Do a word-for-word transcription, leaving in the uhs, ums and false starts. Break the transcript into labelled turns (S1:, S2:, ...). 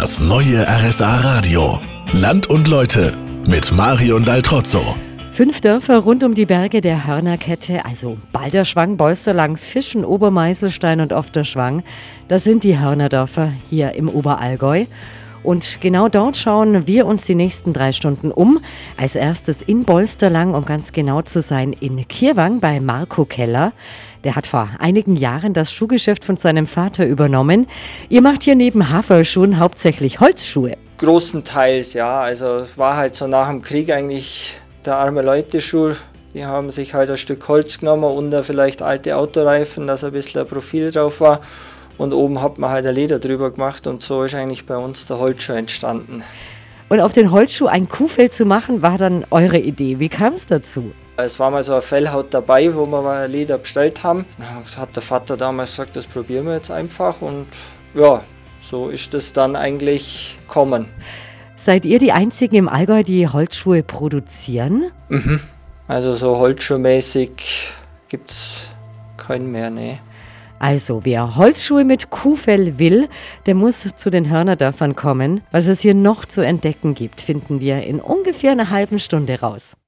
S1: Das neue R S A Radio. Land und Leute mit Marion Daltrozzo.
S2: Fünf Dörfer rund um die Berge der Hörnerkette, also Balderschwang, Beusterlang, Fischen, Obermeißelstein und Ofterschwang. Das sind die Hörnerdörfer hier im Oberallgäu. Und genau dort schauen wir uns die nächsten drei Stunden um. Als erstes in Bolsterlang, um ganz genau zu sein, in Kirwang bei Marco Keller. Der hat vor einigen Jahren das Schuhgeschäft von seinem Vater übernommen. Ihr macht hier neben Haferschuhen hauptsächlich Holzschuhe.
S3: Großenteils, ja. Also war halt so nach dem Krieg eigentlich der arme Leute-Schuh. Die haben sich halt ein Stück Holz genommen und da vielleicht alte Autoreifen, dass ein bisschen ein Profil drauf war. Und oben hat man halt ein Leder drüber gemacht und so ist eigentlich bei uns der Holzschuh entstanden.
S2: Und auf den Holzschuh ein Kuhfell zu machen, war dann eure Idee. Wie kam es dazu?
S3: Es war mal so eine Fellhaut dabei, wo wir mal Leder bestellt haben. Das hat der Vater damals gesagt, das probieren wir jetzt einfach. Und ja, so ist das dann eigentlich gekommen. Seid ihr die Einzigen im Allgäu, die Holzschuhe produzieren? Mhm. Also so holzschuhmäßig gibt es keinen mehr, ne.
S2: Also, wer Holzschuhe mit Kuhfell will, der muss zu den Hörnerdörfern kommen. Was es hier noch zu entdecken gibt, finden wir in ungefähr einer halben Stunde raus.